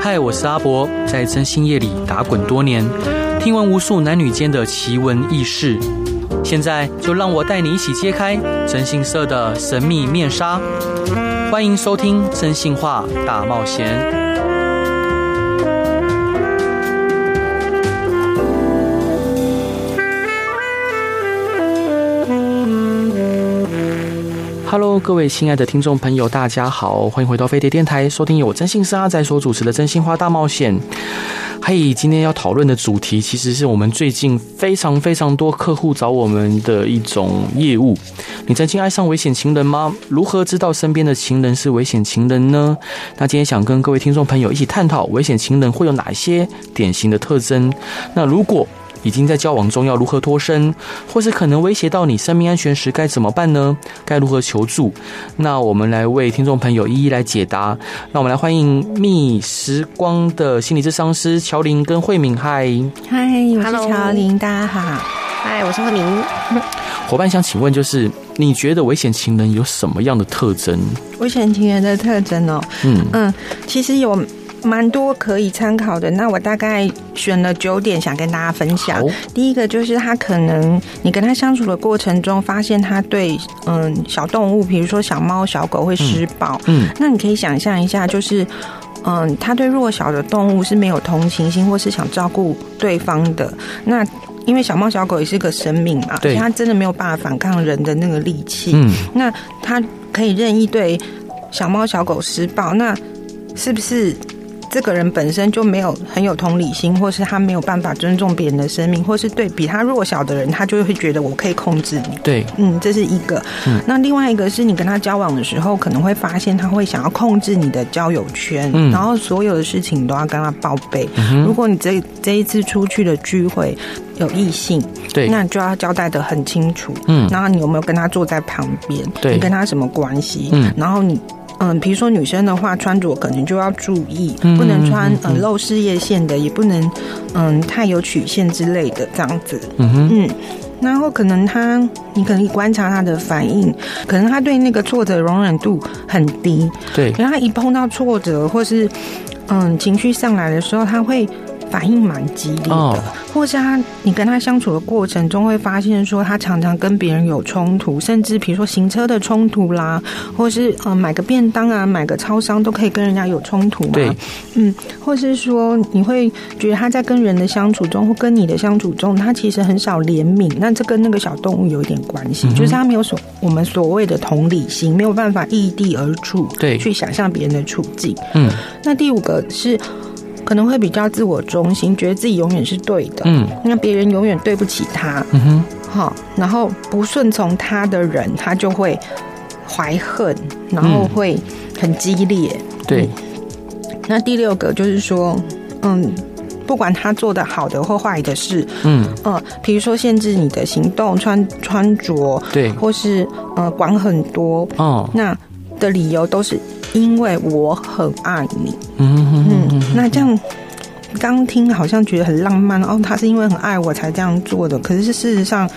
嗨，我是阿伯，在征信业里打滚多年，听闻无数男女间的奇闻异事。现在就让我带你一起揭开征信社的神秘面纱。欢迎收听《征信话大冒险》。Hello， 各位亲爱的听众朋友，大家好，欢迎回到飞碟电台，收听由我征信社阿仔所主持的《征信话大冒险》。嘿，今天要讨论的主题，其实是我们最近非常多客户找我们的一种业务。你曾经爱上危险情人吗？如何知道身边的情人是危险情人呢？那今天想跟各位听众朋友一起探讨危险情人会有哪些典型的特征。那如果已经在交往中，要如何脱身，或是可能威胁到你生命安全时该怎么办呢？该如何求助？那我们来为听众朋友一一来解答。那我们来欢迎蜜时光的心理咨商师乔玲跟慧敏。嗨， 我是乔玲，大家好。 嗨，我是慧敏。 伙伴想请问，就是你觉得危险情人有什么样的特征？ 危险情人的特征哦，其实有蛮多可以参考的，那我大概选了9点想跟大家分享。第一个就是他可能你跟他相处的过程中，发现他对小动物，比如说小猫小狗会施暴，那你可以想象一下，就是他对弱小的动物是没有同情心，或是想照顾对方的。那因为小猫小狗也是个生命嘛，而且他真的没有办法反抗人的那个力气，那他可以任意对小猫小狗施暴，那是不是这个人本身就没有很有同理心，或是他没有办法尊重别人的生命，或是对比他弱小的人，他就会觉得我可以控制你。 对，这是一个。那另外一个是你跟他交往的时候，可能会发现他会想要控制你的交友圈，然后所有的事情你都要跟他报备。如果你这一次出去的聚会有异性，对，那你就要交代得很清楚。然后你有没有跟他坐在旁边？对，你跟他什么关系？然后你。比如说女生的话，穿着可能就要注意，不能穿露事业线的，也不能太有曲线之类的这样子。然后可能你可能观察他的反应，可能他对那个挫折容忍度很低，对，然后他一碰到挫折或是情绪上来的时候，他会反应蛮激烈的，或是你跟他相处的过程中会发现说他常常跟别人有冲突，甚至比如说行车的冲突啦，或是买个便当啊，买个超商都可以跟人家有冲突嘛。对，或是说你会觉得他在跟人的相处中或跟你的相处中，他其实很少怜悯，那这跟那个小动物有一点关系，就是他没有我们所谓的同理心，没有办法异地而处，对，去想象别人的处境。那第5个是可能会比较自我中心，觉得自己永远是对的，那别人永远对不起他，然后不顺从他的人，他就会怀恨，然后会很激烈。对，那第6个就是说，不管他做的好的或坏的事，比如说限制你的行动、穿着，对，或是管很多，那的理由都是因为我很爱你。那这样刚听好像觉得很浪漫他是因为很爱我才这样做的，可是事实上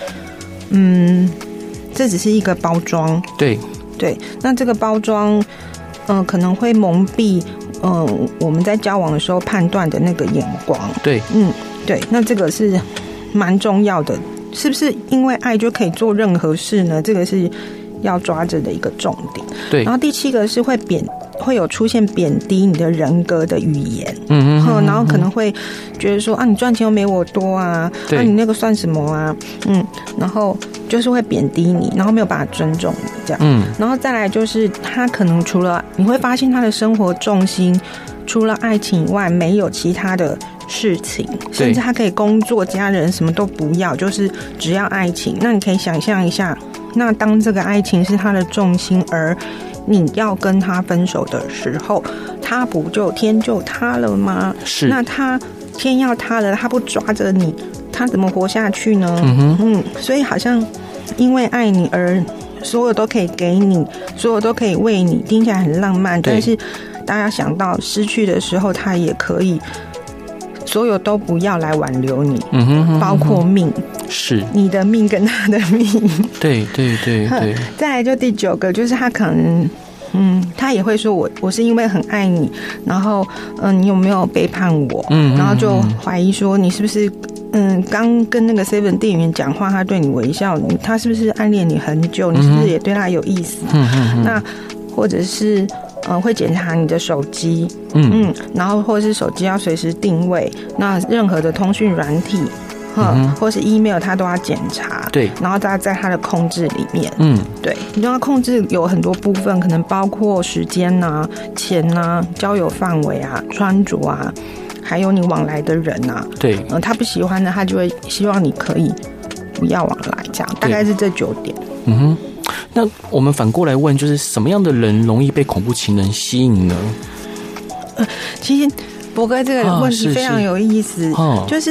这只是一个包装。对，那这个包装可能会蒙蔽我们在交往的时候判断的那个眼光。对，对，那这个是蛮重要的，是不是因为爱就可以做任何事呢？这个是要抓着的一个重点。对，然后第7个是会有出现贬低你的人格的语言，然后可能会觉得说你赚钱又没我多啊，你那个算什么啊，然后就是会贬低你，然后没有办法尊重你这样，然后再来就是他可能除了你会发现他的生活重心除了爱情以外没有其他的事情，甚至他可以工作、家人什么都不要，就是只要爱情。那你可以想象一下，那当这个爱情是他的重心，而你要跟他分手的时候，他不就天就塌了吗？是，那他天要塌了，他不抓着你，他怎么活下去呢？所以好像因为爱你而所有都可以给你，所有都可以为你，听起来很浪漫，但是大家想到失去的时候，他也可以所有都不要来挽留你，包括命，是你的命跟他的命。对对对对。再来就第9个，就是他可能他也会说我是因为很爱你，然后你有没有背叛我？然后就怀疑说你是不是刚跟那个 Seven 店员讲话，他对你微笑，他是不是暗恋你很久？你是不是也对他有意思？那或者是会检查你的手机，然后或者是手机要随时定位，那任何的通讯软体。或是 email 他都要检查， 对， 然后他在他的控制里面，对，你让他控制有很多部分，可能包括时间啊、钱啊、交友范围啊、穿着啊，还有你往来的人啊， 对， 他不喜欢的，他就会希望你可以不要往来，这样大概是这9点。 那我们反过来问，就是什么样的人容易被恐怖情人吸引呢？ 其实博哥这个问题非常有意思，就是。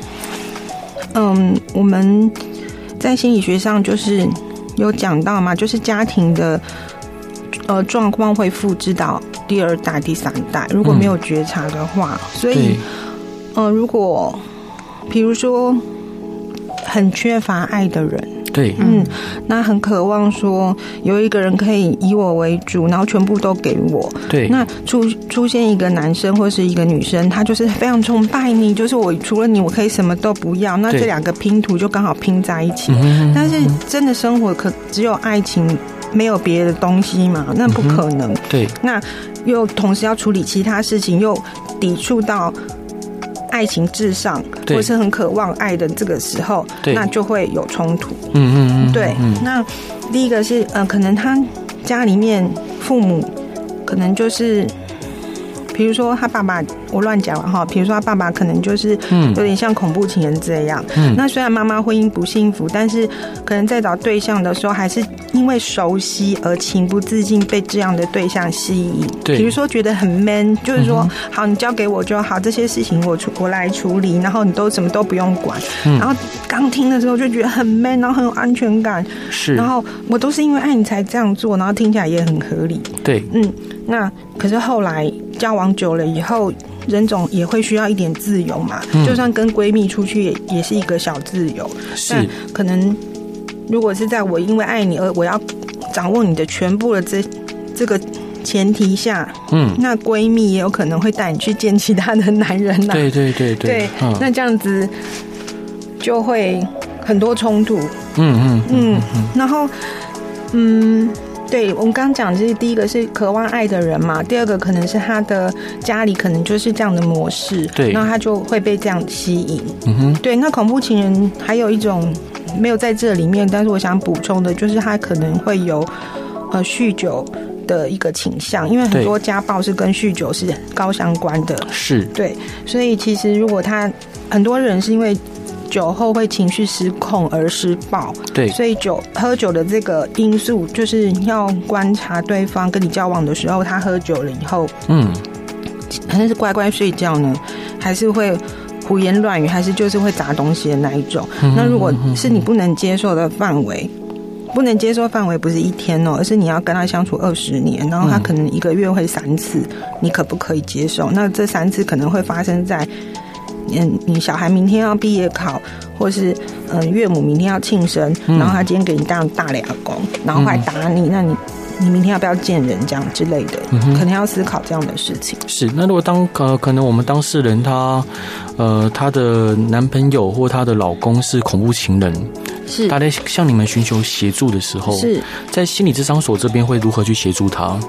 我们在心理学上就是有讲到嘛，就是家庭的状况会复制到第2代、第3代，如果没有觉察的话，所以如果比如说很缺乏爱的人。 对， 那很渴望说有一个人可以以我为主，然后全部都给我。 对， 那出现一个男生或是一个女生，他就是非常崇拜你，就是我除了你，我可以什么都不要。那这2个拼图就刚好拼在一起。但是真的生活只有爱情，没有别的东西嘛？那不可能。 对， 那又同时要处理其他事情，又抵触到。爱情至上，或是很渴望爱的这个时候，那就会有冲突。对。那第一个是可能他家里面父母可能就是，比如说他爸爸，我乱讲了哈，比如说他爸爸可能就是有点像恐怖情人这样。那虽然妈妈婚姻不幸福，但是可能在找对象的时候，还是因为熟悉而情不自禁被这样的对象吸引。比如说觉得很 man， 就是说好，你交给我就好，这些事情我来处理，然后你都什么都不用管。然后刚听的时候就觉得很 man， 然后很有安全感。 是， 然后我都是因为爱你才这样做，然后听起来也很合理。 对， 那可是后来交往久了以后，人总也会需要一点自由嘛。就算跟闺蜜出去也是一个小自由。但可能如果是在我因为爱你而我要掌握你的全部的这个前提下，那闺蜜也有可能会带你去见其他的男人啊。对，那这样子就会很多冲突。然后对，我们刚刚讲的是第一个是渴望爱的人嘛，第二个可能是他的家里可能就是这样的模式， 对， 那他就会被这样吸引。对，那恐怖情人还有一种没有在这里面，但是我想补充的就是他可能会有酗酒的一个倾向，因为很多家暴是跟酗酒是高相关的。是，对，所以其实如果他很多人是因为酒后会情绪失控而施暴，对，所以喝酒的这个因素就是要观察对方跟你交往的时候，他喝酒了以后，可能是乖乖睡觉呢，还是会胡言乱语，还是就是会砸东西的那一种。那如果是你不能接受的范围，不能接受范围不是1天而是你要跟他相处20年，然后他可能1个月会3次，你可不可以接受？那这3次可能会发生在你小孩明天要毕业考，或是岳母明天要庆生，然后他今天给你当大俩公，然后还打你，那你明天要不要见人这样之类的，可能要思考这样的事情。是，那如果可能我们当事人他的男朋友或他的老公是恐怖情人，是他在向你们寻求协助的时候，是在心理咨商所这边会如何去协助他？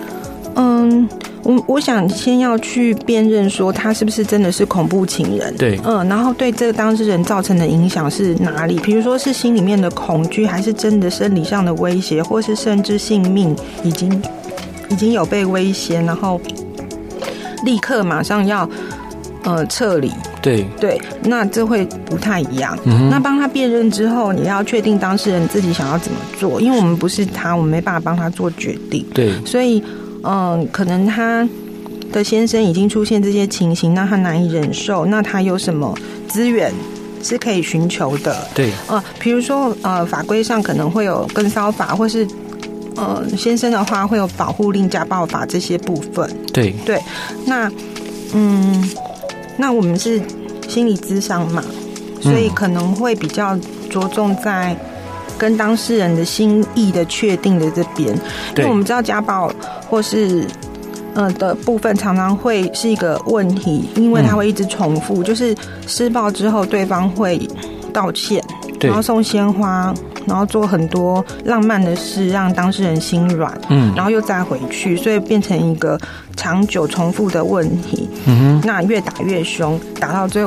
我想先要去辨认说他是不是真的是恐怖情人，对，然后对这个当事人造成的影响是哪里？比如说是心里面的恐惧，还是真的生理上的威胁，或是甚至性命已经有被威胁，然后立刻马上要撤离。对，那这会不太一样。那帮他辨认之后，你要确定当事人自己想要怎么做，因为我们不是他，我们没办法帮他做决定。对，所以可能他的先生已经出现这些情形，那他难以忍受，那他有什么资源是可以寻求的？对，比如说法规上可能会有跟骚法，或是先生的话会有保护令、家暴法这些部分。对，那我们是心理咨商嘛，所以可能会比较着重在跟当事人的心意的确定的这边，因为我们知道家暴或是的部分常常会是一个问题，因为它会一直重复，就是施暴之后对方会道歉，然后送鲜花，然后做很多浪漫的事让当事人心软，然后又再回去，所以变成一个长久重复的问题。那越打越凶，打到最后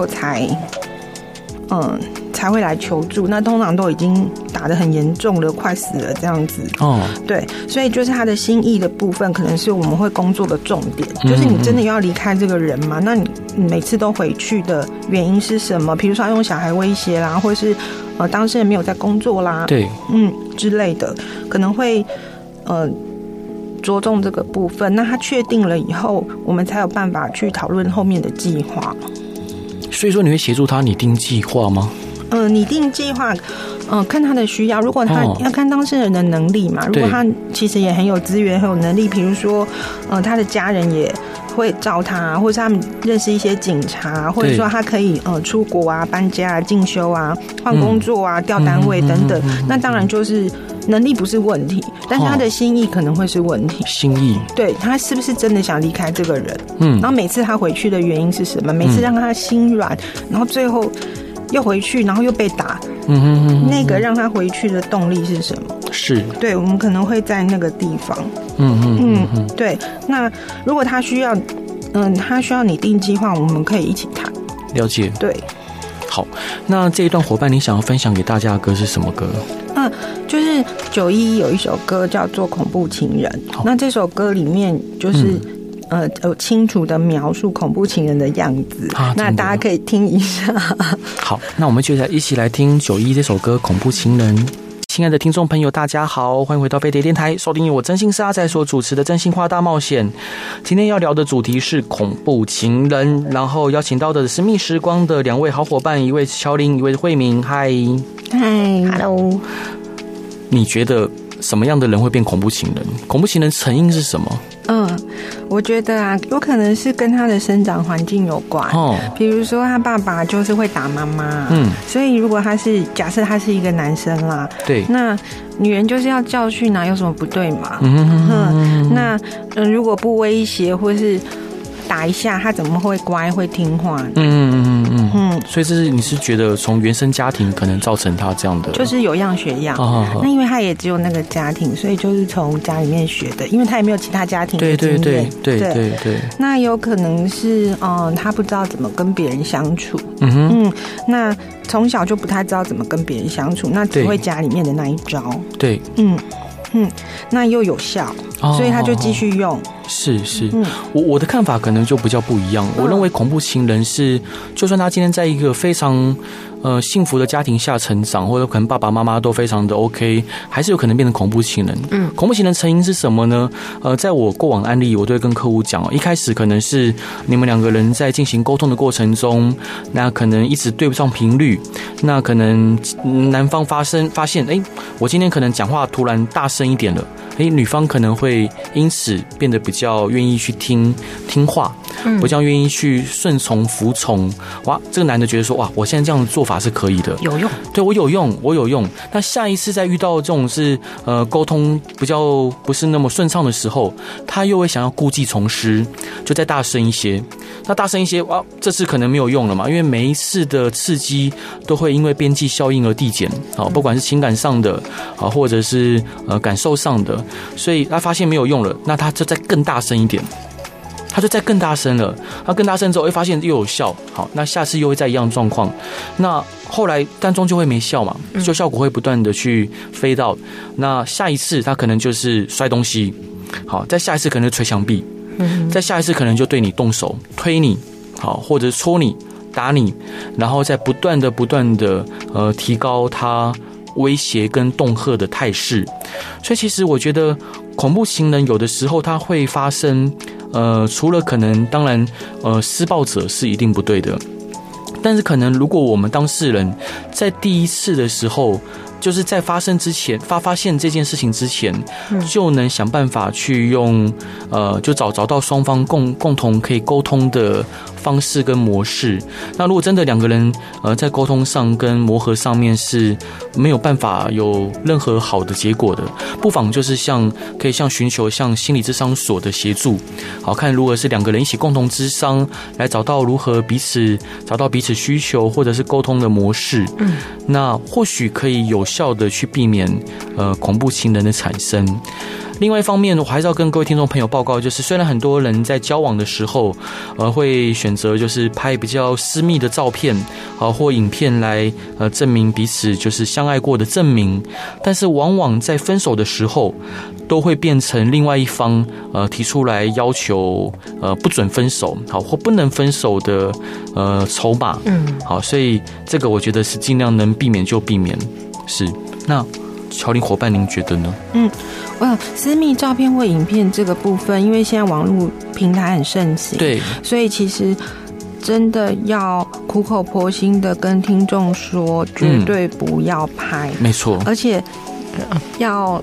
才会来求助，那通常都已经打得很严重了，快死了这样子。对，所以就是他的心意的部分，可能是我们会工作的重点，就是你真的要离开这个人吗？那你每次都回去的原因是什么？比如说他用小孩威胁啦，或者是当事人没有在工作啦， 对， 之类的，可能会着重这个部分。那他确定了以后，我们才有办法去讨论后面的计划。 所以说，你会协助他拟定计划吗？ 拟定计划，看他的需要。如果他要看当事人的能力嘛，如果他其实也很有资源、很有能力，比如说，他的家人也会照他，或者他们认识一些警察，或者说他可以出国啊、搬家啊、进修啊、换工作啊、调单位等等，那当然就是能力不是问题，但是他的心意可能会是问题。心意，对，他是不是真的想离开这个人？然后每次他回去的原因是什么？每次让他心软，然后最后又回去，然后又被打。那个让他回去的动力是什么？是，对，我们可能会在那个地方。对。那如果他需要拟定计划，我们可以一起谈。了解。对。好，那这一段伙伴，你想要分享给大家的歌是什么歌？就是911有一首歌叫做《恐怖情人》，那这首歌里面就是有清楚的描述恐怖情人的样子，那大家可以听一下。好，那我们就一起来听911这首歌《恐怖情人》。亲爱的听众朋友，大家好，欢迎回到飞碟电台，收听由我真心是阿仔所主持的真心话大冒险。今天要聊的主题是恐怖情人，然后邀请到的是蜜时光的2位好伙伴，一位是乔玲，一位是慧明。嗨 ，Hello。你觉得什么样的人会变恐怖情人？恐怖情人成因是什么？我觉得有可能是跟他的生长环境有关。比如说他爸爸就是会打妈妈，所以如果假设他是一个男生啦，对，那女人就是要教训有什么不对嘛？那如果不威胁或是打一下，他怎么会乖会听话？所以你是觉得从原生家庭可能造成他这样的，就是有样学样。那因为他也只有那个家庭，所以就是从家里面学的，因为他也没有其他家庭的经验。对。那有可能是他不知道怎么跟别人相处。那从小就不太知道怎么跟别人相处，那只会家里面的那一招。对。那又有效，所以他就继续用。是，我的看法可能就比较不一样。我认为恐怖情人是，就算他今天在一个非常幸福的家庭下成长，或者可能爸爸妈妈都非常的 OK， 还是有可能变成恐怖情人。恐怖情人成因是什么呢？在我过往案例，我都会跟客户讲，一开始可能是你们2个人在进行沟通的过程中，那可能一直对不上频率，那可能男方发现，我今天可能讲话突然大声一点了，女方可能会因此变得比较愿意去听话，比较愿意去顺从服从。哇，这个男的觉得说，哇，我现在这样的做法是可以的，有用，对，我有用。那下一次再遇到这种是沟通比较不是那么顺畅的时候，他又会想要故技重施，就再大声一些。那大声一些，哇，这次可能没有用了嘛，因为每一次的刺激都会因为边际效应而递减，不管是情感上的或者是感受上的，所以他发现没有用了，那他就再更大声一点。他就再更大声了，他更大声之后会发现又有效，好，那下次又会再一样状况，那后来但终究会没效嘛，就效果会不断的去飞到，那下一次他可能就是摔东西，好，再下一次可能就捶墙壁，再下一次可能就对你动手推你，好，或者戳你打你，然后再不断的提高他威胁跟恫吓的态势。所以其实我觉得恐怖情人有的时候它会发生，除了可能当然施暴者是一定不对的，但是可能如果我们当事人在第一次的时候，就是在发生之前发现这件事情之前，就能想办法去用就找到双方共同可以沟通的方式跟模式。那如果真的两个人在沟通上跟磨合上面是没有办法有任何好的结果的，不妨就是可以寻求像心理咨商所的协助，好看如何是两个人一起共同咨商，来找到如何找到彼此需求或者是沟通的模式。那或许可以有效的去避免恐怖情人的产生。另外一方面，我还是要跟各位听众朋友报告，就是虽然很多人在交往的时候，会选择就是拍比较私密的照片，或影片来证明彼此就是相爱过的证明，但是往往在分手的时候，都会变成另外一方提出来要求不准分手，好或不能分手的筹码。好，所以这个我觉得是尽量能避免就避免。是，那乔玲伙伴，您觉得呢？ 私密照片或影片这个部分，因为现在网络平台很盛行， 对， 所以其实真的要苦口婆心的跟听众说，绝对不要拍， 没错，而且要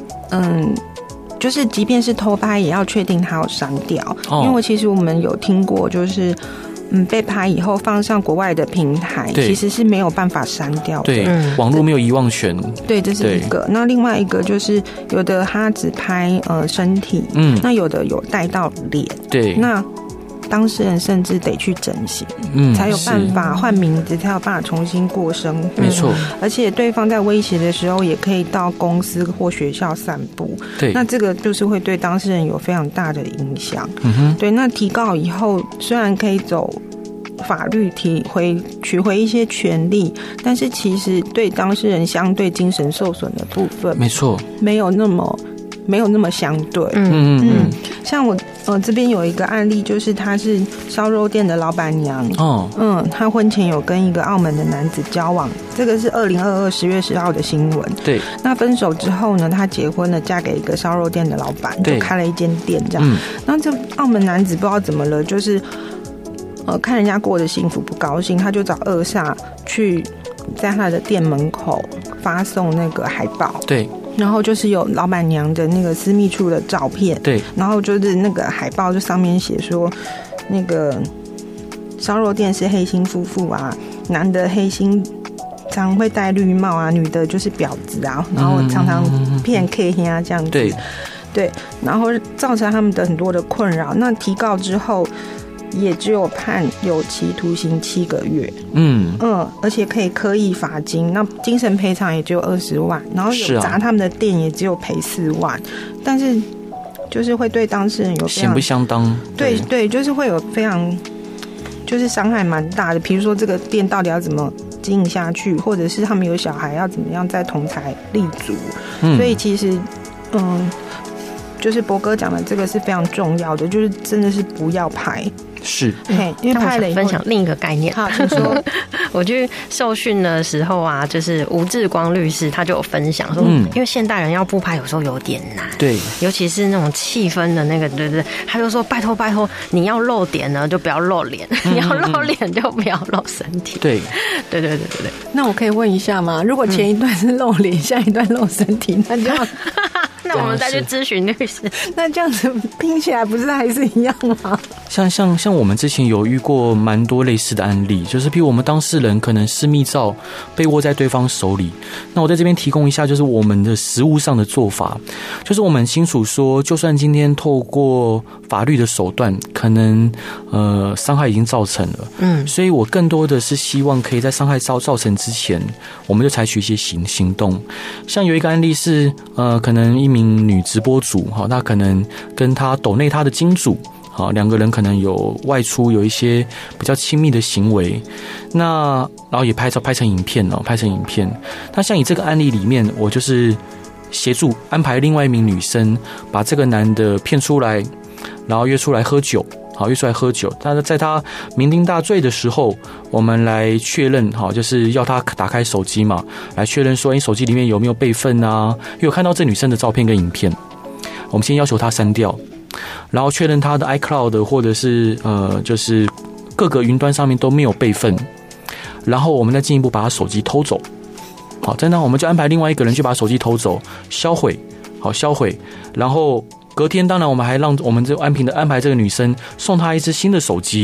就是即便是偷拍，也要确定它要删掉，因为其实我们有听过，就是被拍以后放上国外的平台，其实是没有办法删掉的。 对，网络没有遗忘权。 对，这是一个。那另外一个就是有的他只拍身体，那有的有带到脸， 对， 那当事人甚至得去整形，才有办法换名字，才有办法重新过生活。 没错， 而且对方在威胁的时候，也可以到公司或学校散步。 对， 那这个就是会对当事人有非常大的影响。对，那提告以后，虽然可以走法律取回一些权利，但是其实对当事人相对精神受损的部分，没错，没有那么相对。像我这边有一个案例，就是她是烧肉店的老板娘。她婚前有跟一个澳门的男子交往，这个是2022 10月10号的新闻。对，那分手之后呢，她结婚了，嫁给一个烧肉店的老板，就开了一间店这样。那这澳门男子不知道怎么了，就是看人家过得幸福不高兴，他就找恶煞去在他的店门口发送那个海报。对。然后就是有老板娘的那个私密处的照片，对，然后就是那个海报就上面写说，那个烧肉店是黑心夫妇啊，男的黑心常会戴绿帽啊，女的就是婊子啊，然后常常骗 K 啊这样子，对，然后造成他们的很多的困扰。那提告之后，也只有判有期徒刑7个月，而且可以科役罚金，那精神赔偿也只有20万，然后有砸他们的店也只有赔4万，但是就是会对当事人有非常显不相当， 对，就是会有非常就是伤害蛮大的，比如说这个店到底要怎么经营下去，或者是他们有小孩要怎么样在同才立足，所以其实就是博哥讲的这个是非常重要的，就是真的是不要拍。是， 因为拍了以后分享另一个概念。 好，请说。 我去受训的时候啊，就是吴志光律师他就有分享说，因为现代人要不拍有时候有点难，对，尤其是那种气氛的那个，对，他就说拜托，你要露点呢就不要露脸，你要露脸就不要露身体。对。 那我可以问一下吗？如果前一段是露脸，下一段露身体，那这样。 那我们再去咨询律师， 那这样子拼起来不是还是一样吗？ 像我们之前有遇过蛮多类似的案例，就是比如我们当事人可能私密照被握在对方手里，那我在这边提供一下，就是我们的实务上的做法，就是我们清楚说，就算今天透过法律的手段，可能伤害已经造成了，所以我更多的是希望可以在伤害造成之前，我们就采取一些行动。像有一个案例是可能一名女直播主，那可能跟她抖内她的金主，两个人可能有外出有一些比较亲密的行为，那然后也拍成影片。那像以这个案例里面，我就是协助安排另外一名女生把这个男的骗出来，然后约出来喝酒。但是在他酩酊大醉的时候，我们来确认，就是要他打开手机嘛，来确认说你手机里面有没有备份啊，有看到这女生的照片跟影片，我们先要求他删掉，然后确认他的 iCloud 或者是就是各个云端上面都没有备份，然后我们再进一步把他手机偷走。好，再呢我们就安排另外一个人去把手机偷走，销毁，然后隔天当然我们还让我们这安排这个女生送她一支新的手机，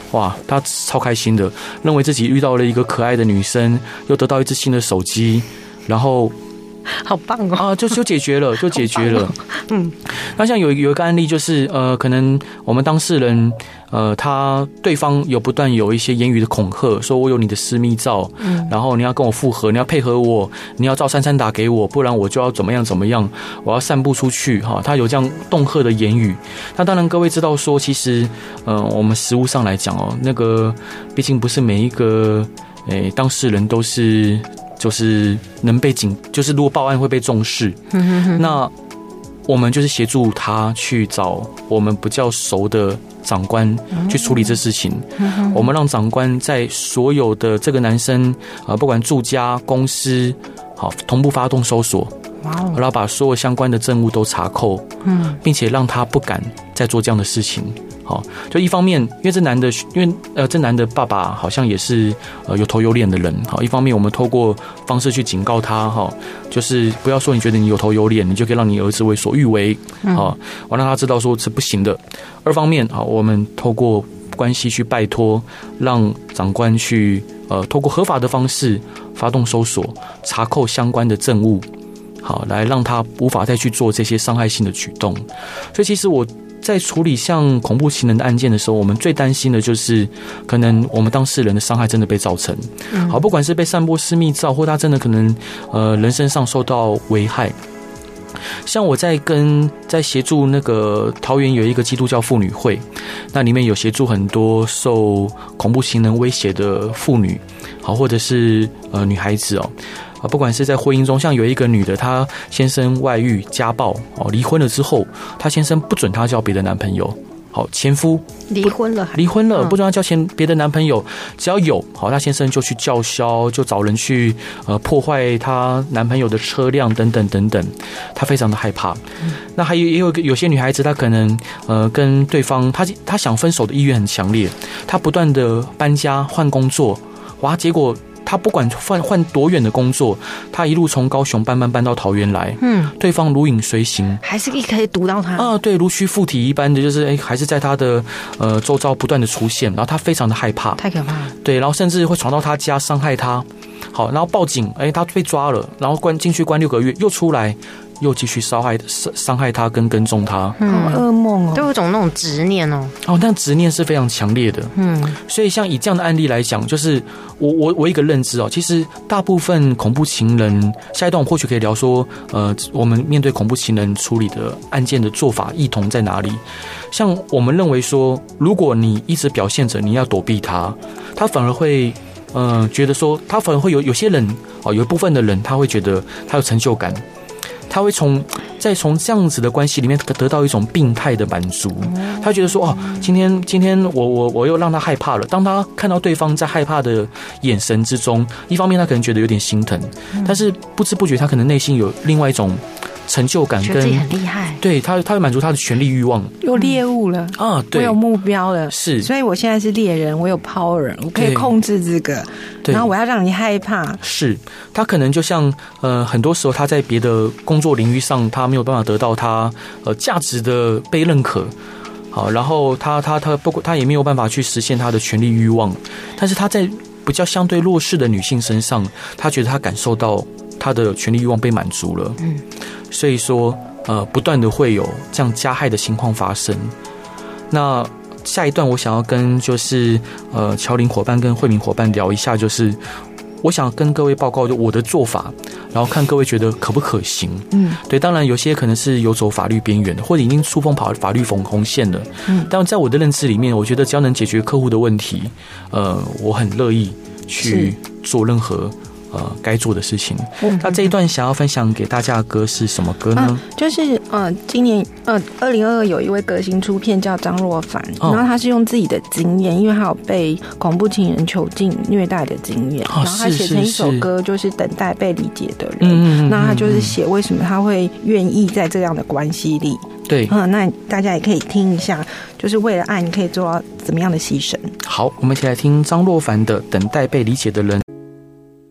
哇，他超开心的，认为自己遇到了一个可爱的女生，又得到一只新的手机，然后好棒哦！ 就解决了，就解决了。那像有一个案例就是可能我们当事人对方不断有一些言语的恐吓，说我有你的私密照，然后你要跟我复合，你要配合我，你要照33打给我，不然我就要怎么样，我要散布出去哈。他有这样恫吓的言语。那当然各位知道说，其实我们实务上来讲那个毕竟不是每一个当事人都是就是能被就是如果报案会被重视。那我们就是协助他去找我们比较熟的长官去处理这事情。我们让长官在所有的这个男生不管住家公司好同步发动搜索，然后把所有相关的证物都查扣，并且让他不敢再做这样的事情。好，就一方面，因为这男的爸爸好像也是有头有脸的人。好，一方面我们透过方式去警告他，哈，就是不要说你觉得你有头有脸，你就可以让你儿子为所欲为，好，我让他知道说是不行的。二方面，好，我们透过关系去拜托，让长官去透过合法的方式发动搜索，查扣相关的证物，好，来让他无法再去做这些伤害性的举动。所以其实我在处理像恐怖情人的案件的时候，我们最担心的就是可能我们当事人的伤害真的被造成，好，不管是被散播私密照，或他真的可能人身上受到危害。像我在协助那个桃园有一个基督教妇女会，那里面有协助很多受恐怖情人威胁的妇女，好，或者是女孩子不管是在婚姻中，像有一个女的，她先生外遇家暴离婚了之后，她先生不准她交别的男朋友，好，前夫离婚了，不准她交别的男朋友，只要有好，她先生就去叫嚣，就找人去破坏她男朋友的车辆等等等等，她非常的害怕。那还有些女孩子，她可能跟对方，她想分手的意愿很强烈，她不断的搬家换工作，哇，结果他不管换多远的工作，他一路从高雄搬到桃园来，对方如影随形， 还是可以堵到他对，如虚附体一般的，就是还是在他的周遭不断的出现，然后他非常的害怕， 太可怕了， 对，然后甚至会闯到他家伤害他，好，然后报警，他被抓了，然后进去关6个月，又出来。又继续伤害他跟跟踪他， 好噩梦都有种那种执念但执念是非常强烈的，所以像以这样的案例来讲，就是我一个认知其实大部分恐怖情人，下一段我或许可以聊说，我们面对恐怖情人处理的案件的做法异同在哪里？像我们认为说，如果你一直表现着你要躲避他反而会觉得说，他反而会有些人有一部分的人他会觉得他有成就感。他会从这样子的关系里面得到一种病态的满足，他觉得说今天我又让他害怕了。当他看到对方在害怕的眼神之中，一方面他可能觉得有点心疼，但是不知不觉他可能内心有另外一种成就感，跟觉得自己很厉害， 对，他会满足他的权力欲望， 有猎物了对，我有目标了， 是， 所以我现在是猎人，我有 power， 我可以控制这个，然后我要让你害怕。是，他可能就像很多时候他在别的工作领域上，他没有办法得到他价值的被认可。好，然后他也没有办法去实现他的权力欲望，但是他在比较相对弱势的女性身上，他觉得他感受到他的权力欲望被满足了，所以说不断的会有这样加害的情况发生。那下一段我想要跟就是乔林伙伴跟慧敏伙伴聊一下，就是我想跟各位报告就我的做法，然后看各位觉得可不可行。对，当然有些可能是游走法律边缘的，或者已经触碰法律红线了。但在我的认知里面，我觉得只要能解决客户的问题，我很乐意去做任何该做的事情。那这一段想要分享给大家的歌是什么歌呢？就是今年2022有一位歌星出片叫张若凡，然后他是用自己的经验，因为他有被恐怖情人囚禁虐待的经验，然后他写成一首歌，就是等待被理解的人。那他就是写为什么他会愿意在这样的关系里。 对， 那大家也可以听一下，就是为了爱你可以做到怎么样的牺牲。 好，我们一起来听张若凡的《等待被理解的人》。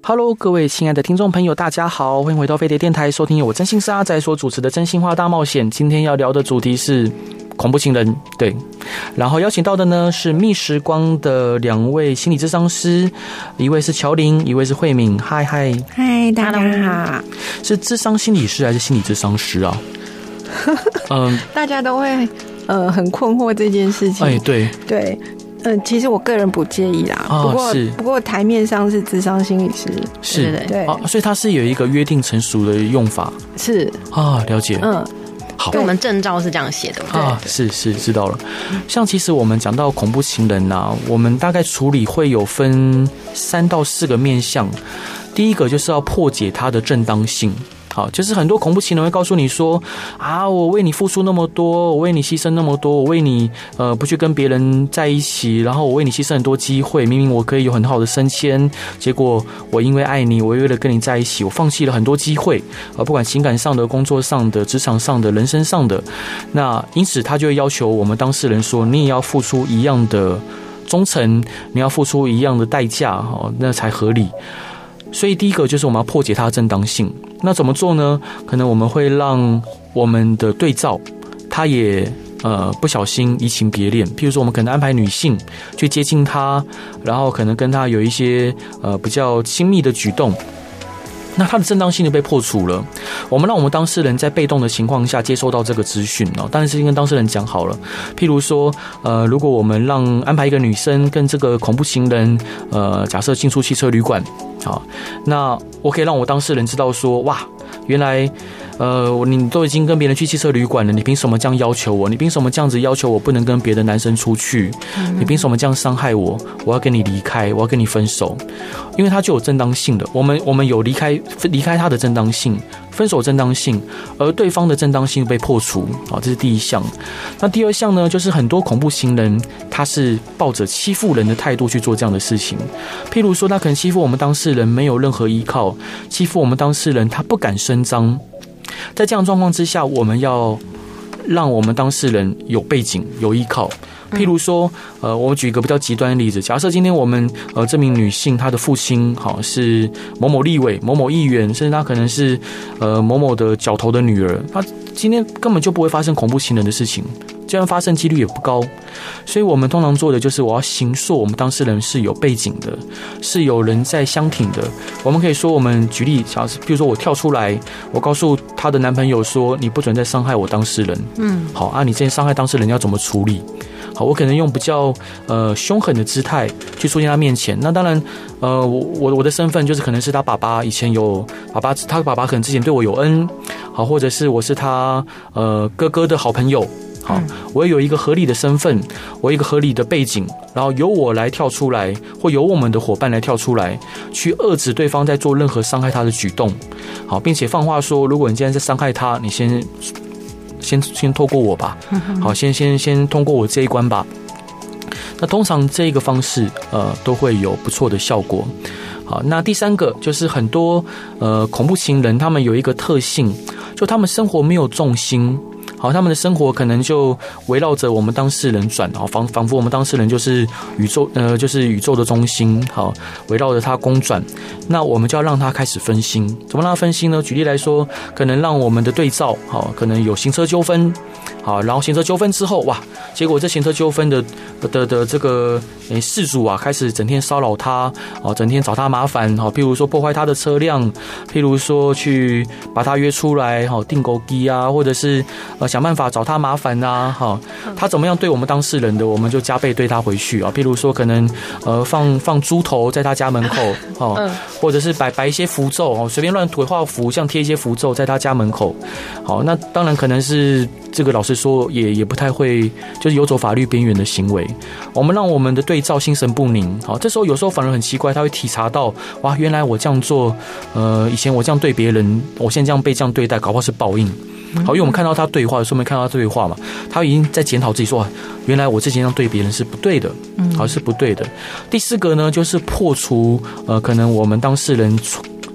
Hello， 各位亲爱的听众朋友，大家好，欢迎回到飞碟电台，收听由我真心是阿仔所主持的真心话大冒险。今天要聊的主题是恐怖情人，对。然后邀请到的呢是蜜时光的2位心理咨商师，一位是乔玲，一位是慧敏。嗨， 大家好。 是諮商心理师还是心理咨商师啊？ 大家都会很困惑这件事情。 对。 其实我个人不介意啦，不过台面上是諮商心理师， 是对所以它是有一个约定成熟的用法， 是了解，好， 我们证照是这样写的嘛？是知道了。像其实我们讲到恐怖情人啊，我们大概处理会有分3到4个面向，第一个就是要破解它的正当性。好，就是很多恐怖情人会告诉你说我为你付出那么多，我为你牺牲那么多，我为你不去跟别人在一起，然后我为你牺牲很多机会，明明我可以有很好的升迁，结果我因为爱你，我为了跟你在一起，我放弃了很多机会，不管情感上的、工作上的、职场上的、人生上的，那因此他就会要求我们当事人说，你也要付出一样的忠诚，你要付出一样的代价，那才合理。所以第一个就是我们要破解它的正当性。那怎么做呢？可能我们会让我们的对照他也不小心移情别恋，譬如说我们可能安排女性去接近他，然后可能跟他有一些比较亲密的举动，那他的正当性就被破除了。我们让我们当事人在被动的情况下接收到这个资讯，当然是跟当事人讲好了。譬如说如果我们安排一个女生跟这个恐怖情人假设进出汽车旅馆，好，那我可以让我当事人知道说，哇，原来你都已经跟别人去汽车旅馆了，你凭什么这样要求我？你凭什么这样子要求我不能跟别的男生出去？你凭什么这样伤害我？我要跟你离开，我要跟你分手，因为他就有正当性的。我们有离开他的正当性，分手正当性，而对方的正当性被破除，这是第一项。那第二项呢，就是很多恐怖情人他是抱着欺负人的态度去做这样的事情，譬如说他可能欺负我们当事人没有任何依靠，欺负我们当事人他不敢声张。在这样的状况之下，我们要让我们当事人有背景、有依靠。譬如说，我们举一个比较极端的例子，假设今天我们这名女性她的父亲是某某立委、某某议员，甚至她可能是某某的角头的女儿，她今天根本就不会发生恐怖情人的事情，这样发生几率也不高。所以我们通常做的就是我要形塑我们当事人是有背景的，是有人在相挺的。我们可以说，我们举例，比如说我跳出来，我告诉她的男朋友说，你不准再伤害我当事人。好啊，你之前伤害当事人要怎么处理？好，我可能用比较凶狠的姿态去出现他面前。那当然，我的身份就是可能是他爸爸，以前有他爸爸可能之前对我有恩，好，或者是我是他哥哥的好朋友。好，我有一个合理的身份，我有一个合理的背景，然后由我来跳出来，或由我们的伙伴来跳出来，去遏制对方在做任何伤害他的举动。好，并且放话说，如果你今天在伤害他，你先透过我吧，好，先通过我这一关吧。那通常这个方式都会有不错的效果。好，那第三个就是很多恐怖情人他们有一个特性，就他们生活没有重心。好，他们的生活可能就围绕着我们当事人转，好，仿佛我们当事人就是宇宙的中心，好，围绕着他公转。那我们就要让他开始分心，怎么让他分心呢？举例来说，可能让我们的对照，好，可能有行车纠纷，好，然后行车纠纷之后，哇，结果这行车纠纷的这个事主啊，开始整天骚扰他，整天找他麻烦，好，譬如说破坏他的车辆，譬如说去把他约出来，好，订狗机啊，或者是想办法找他麻烦啊，哈，他怎么样对我们当事人的，我们就加倍对他回去啊。譬如说，可能放猪头在他家门口，哦，或者是摆一些符咒哦，随便乱鬼画符，像贴一些符咒在他家门口。好，那当然可能是这个老实说也不太会，就是游走法律边缘的行为。我们让我们的对照心神不宁，好，这时候有时候反而很奇怪，他会体察到，哇，原来我这样做，以前我这样对别人，我现在这样被这样对待，搞不好是报应。好，因为我们看到他对话，有时候没看到他对话嘛，他已经在检讨自己说，原来我之前这样对别人是不对的，好，是不对的。第四个呢，就是破除可能我们当事人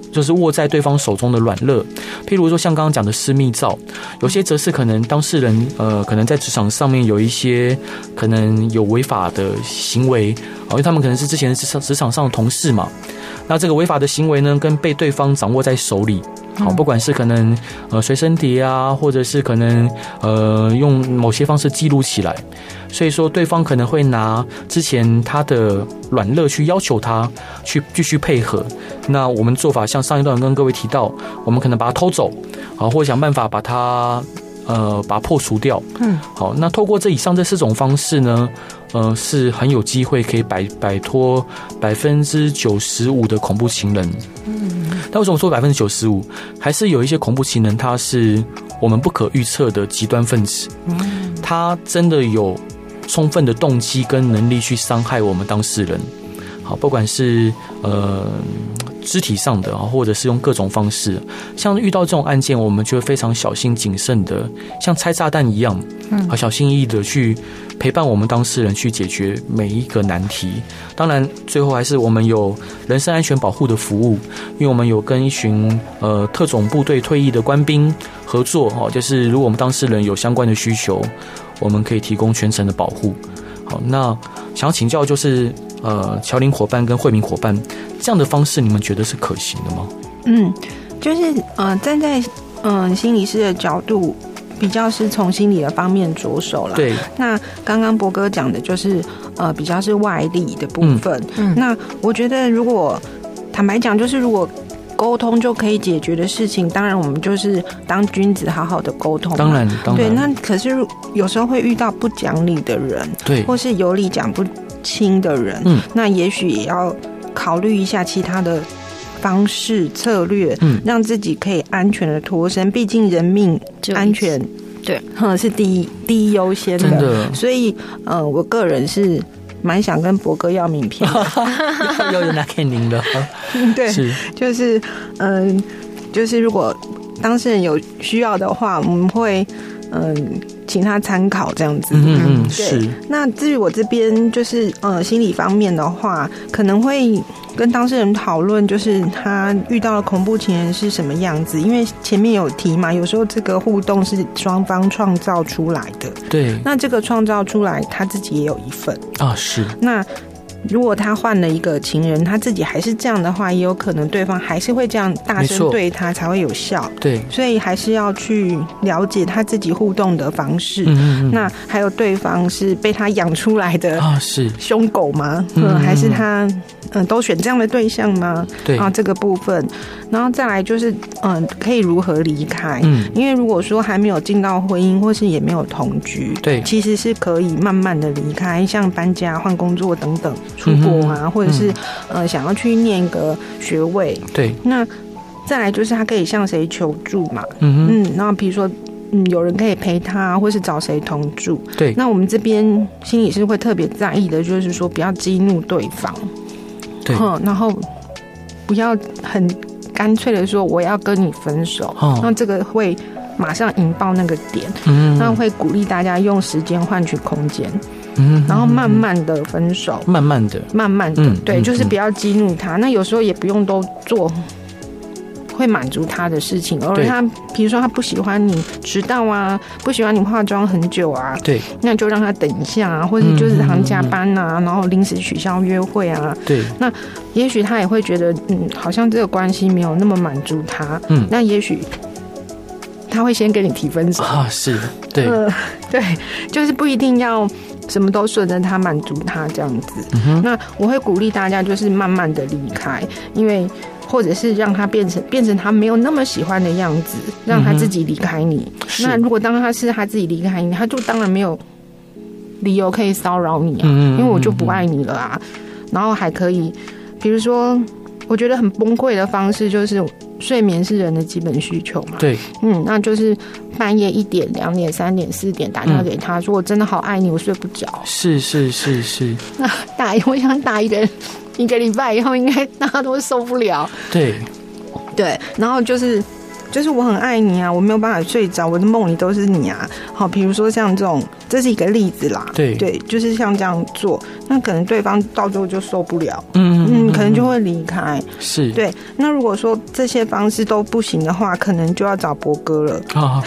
就是握在对方手中的软肋，譬如说像刚刚讲的私密照，有些则是可能当事人可能在职场上面有一些可能有违法的行为，因为他们可能是之前职场上的同事嘛，那这个违法的行为呢，跟被对方掌握在手里。好，不管是可能随身碟啊，或者是可能用某些方式记录起来，所以说对方可能会拿之前他的软肋去要求他去继续配合。那我们做法像上一段跟各位提到，我们可能把它偷走，或者想办法把它破除掉。好，那透过以上这4种方式呢，是很有机会可以摆脱95%的恐怖情人。那为什么说95%？还是有一些恐怖情人，他是我们不可预测的极端分子，他真的有充分的动机跟能力去伤害我们当事人。好，不管是肢体上的，或者是用各种方式，像遇到这种案件，我们就会非常小心谨慎的，像拆炸弹一样，小心翼翼的去陪伴我们当事人去解决每一个难题。当然，最后还是我们有人身安全保护的服务，因为我们有跟一群特种部队退役的官兵合作，就是如果我们当事人有相关的需求，我们可以提供全程的保护。好，那想要请教就是乔林伙伴跟慧敏伙伴，这样的方式你们觉得是可行的吗？ 就是站在心理师的角度，比较是从心理的方面着手了。对，那刚刚博哥讲的就是比较是外力的部分。那我觉得如果坦白讲，就是如果沟通就可以解决的事情，当然我们就是当君子好好的沟通。当然对。那可是有时候会遇到不讲理的人，对，或是有理讲不清的人，那也许也要考虑一下其他的方式策略，让自己可以安全的脱身。毕竟人命安全，对，是第一优先的。真的，所以我个人是蛮想跟博哥要名片的， 有人拿给您的。 对，就是如果当事人有需要的话，我们会请他参考这样子。是。那至于我这边就是心理方面的话，可能会跟当事人讨论，就是他遇到的恐怖情人是什么样子。因为前面有提嘛，有时候这个互动是双方创造出来的。对。那这个创造出来，他自己也有一份啊。是。那如果他换了一个情人，他自己还是这样的话，也有可能对方还是会这样大声对他才会有效。对，所以还是要去了解他自己互动的方式。那还有对方是被他养出来的是凶狗吗？还是他都选这样的对象吗？对啊，这个部分，然后再来就是可以如何离开？因为如果说还没有进到婚姻，或是也没有同居，对，其实是可以慢慢的离开，像搬家、换工作等等。出国啊，或者是想要去念一个学位，对。那再来就是他可以向谁求助嘛？然后比如说有人可以陪他，或是找谁同住？对。那我们这边心理师会特别在意的，就是说不要激怒对方，对。然后不要很干脆的说我要跟你分手，那这个会马上引爆那个点，那会鼓励大家用时间换取空间。然后慢慢的分手，慢慢的，对，就是不要激怒他。那有时候也不用都做会满足他的事情，而他比如说他不喜欢你迟到啊，不喜欢你化妆很久啊，对，那就让他等一下啊，或者就是常加班啊，然后临时取消约会啊，对，那也许他也会觉得好像这个关系没有那么满足他，那也许他会先跟你提分手啊，是，对，对，就是不一定要什么都顺着他满足他这样子。那我会鼓励大家就是慢慢的离开，因为或者是让他变成他没有那么喜欢的样子，让他自己离开你。那如果当他是他自己离开你，他就当然没有理由可以骚扰你啊，因为我就不爱你了啊。然后还可以比如说我觉得很崩溃的方式就是睡眠是人的基本需求嘛，对，那就是半夜1点、2点、3点、4点打电话给他，说我真的好爱你，我睡不着。是。那我想打一个礼拜以后，应该大家都会受不了。对，然后就是就是我很爱你啊，我没有办法睡着，我的梦里都是你啊。好，比如说像这种，这是一个例子啦。对，就是像这样做，那可能对方到最后就受不了，可能就会离开。 是， 对。那如果说这些方式都不行的话，可能就要找伯哥了。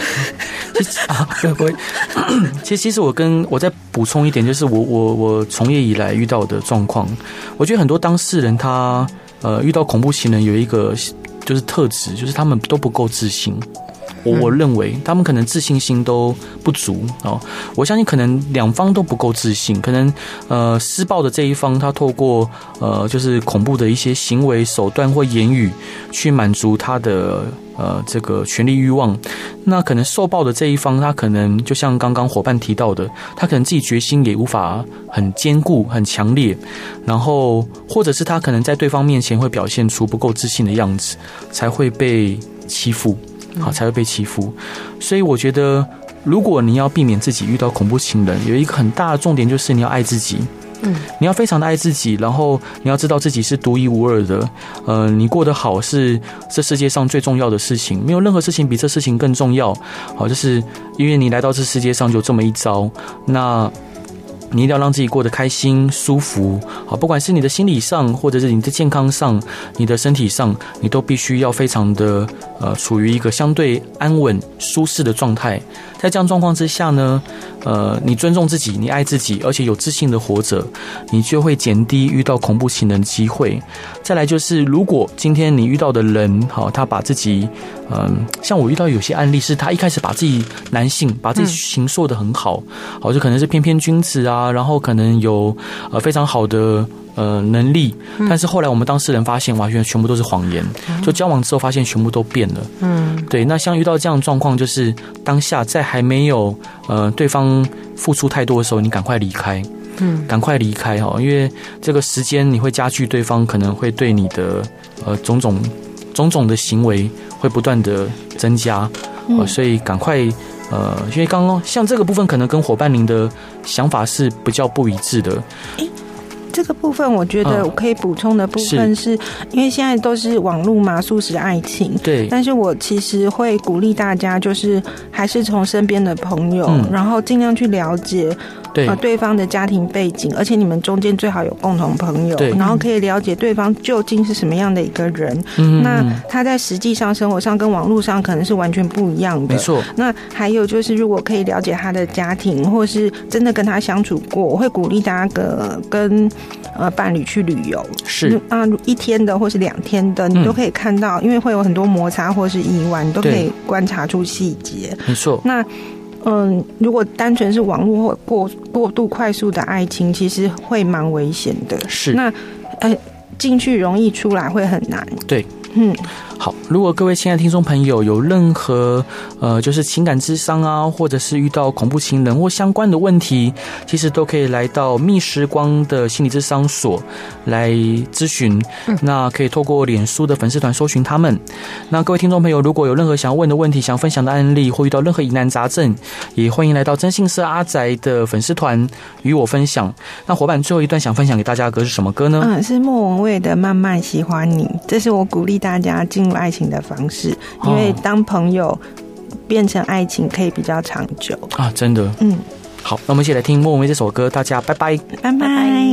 不会。其实我再补充一点，就是我从业以来遇到的状况，我觉得很多当事人他遇到恐怖情人有一个就是特质，就是他们都不够自信。我认为他们可能自信心都不足哦。我相信可能两方都不够自信，可能施暴的这一方他透过就是恐怖的一些行为手段或言语去满足他的这个权力欲望，那可能受暴的这一方他可能就像刚刚伙伴提到的，他可能自己决心也无法很坚固很强烈，然后或者是他可能在对方面前会表现出不够自信的样子，才会被欺负。才会被欺负。所以我觉得如果你要避免自己遇到恐怖情人，有一个很大的重点就是你要爱自己。你要非常的爱自己，然后你要知道自己是独一无二的。你过得好是这世界上最重要的事情，没有任何事情比这事情更重要。好，就是因为你来到这世界上就这么一遭，那你一定要让自己过得开心舒服。好，不管是你的心理上或者是你的健康上你的身体上，你都必须要非常的处于一个相对安稳舒适的状态。在这样状况之下呢，你尊重自己，你爱自己，而且有自信的活着，你就会减低遇到恐怖情人的机会。再来就是，如果今天你遇到的人，好，他把自己，像我遇到有些案例是，他一开始把自己男性把自己形塑得很好，好，就可能是翩翩君子啊，然后可能有非常好的能力，但是后来我们当事人发现，哇，原来全部都是谎言。就交往之后发现全部都变了。对。那像遇到这样的状况，就是当下在还没有对方付出太多的时候，你赶快离开。赶快离开哈，因为这个时间你会加剧对方可能会对你的种种的行为会不断的增加。所以赶快因为刚刚像这个部分可能跟伙伴您的想法是比较不一致的。 这个部分我觉得我可以补充的部分是，因为现在都是网络嘛，速食爱情。对。但是我其实会鼓励大家，就是还是从身边的朋友，然后尽量去了解对方的家庭背景，而且你们中间最好有共同朋友，然后可以了解对方究竟是什么样的一个人。那他在实际上生活上跟网络上可能是完全不一样的。没错。那还有就是，如果可以了解他的家庭，或是真的跟他相处过，我会鼓励大家跟伴侣去旅游。是啊，1天的或是2天的，你都可以看到，因为会有很多摩擦或是意外，你都可以观察出细节。没错。那如果单纯是网络或过度快速的爱情，其实会蛮危险的。是。那进去容易，出来会很难。对。好，如果各位亲爱的听众朋友有任何就是情感諮商啊，或者是遇到恐怖情人或相关的问题，其实都可以来到蜜时光的心理諮商所来咨询。那可以透过脸书的粉丝团搜寻他们。那各位听众朋友，如果有任何想要问的问题，想分享的案例，或遇到任何疑难杂症，也欢迎来到真性色阿宅的粉丝团与我分享。那伙伴最后一段想分享给大家的歌是什么歌呢？是莫文蔚的《慢慢喜欢你》。这是我鼓励大家进入爱情的方式，因为当朋友变成爱情可以比较长久啊，真的。好，那我们一起来听莫文蔚这首歌，大家拜拜，拜拜。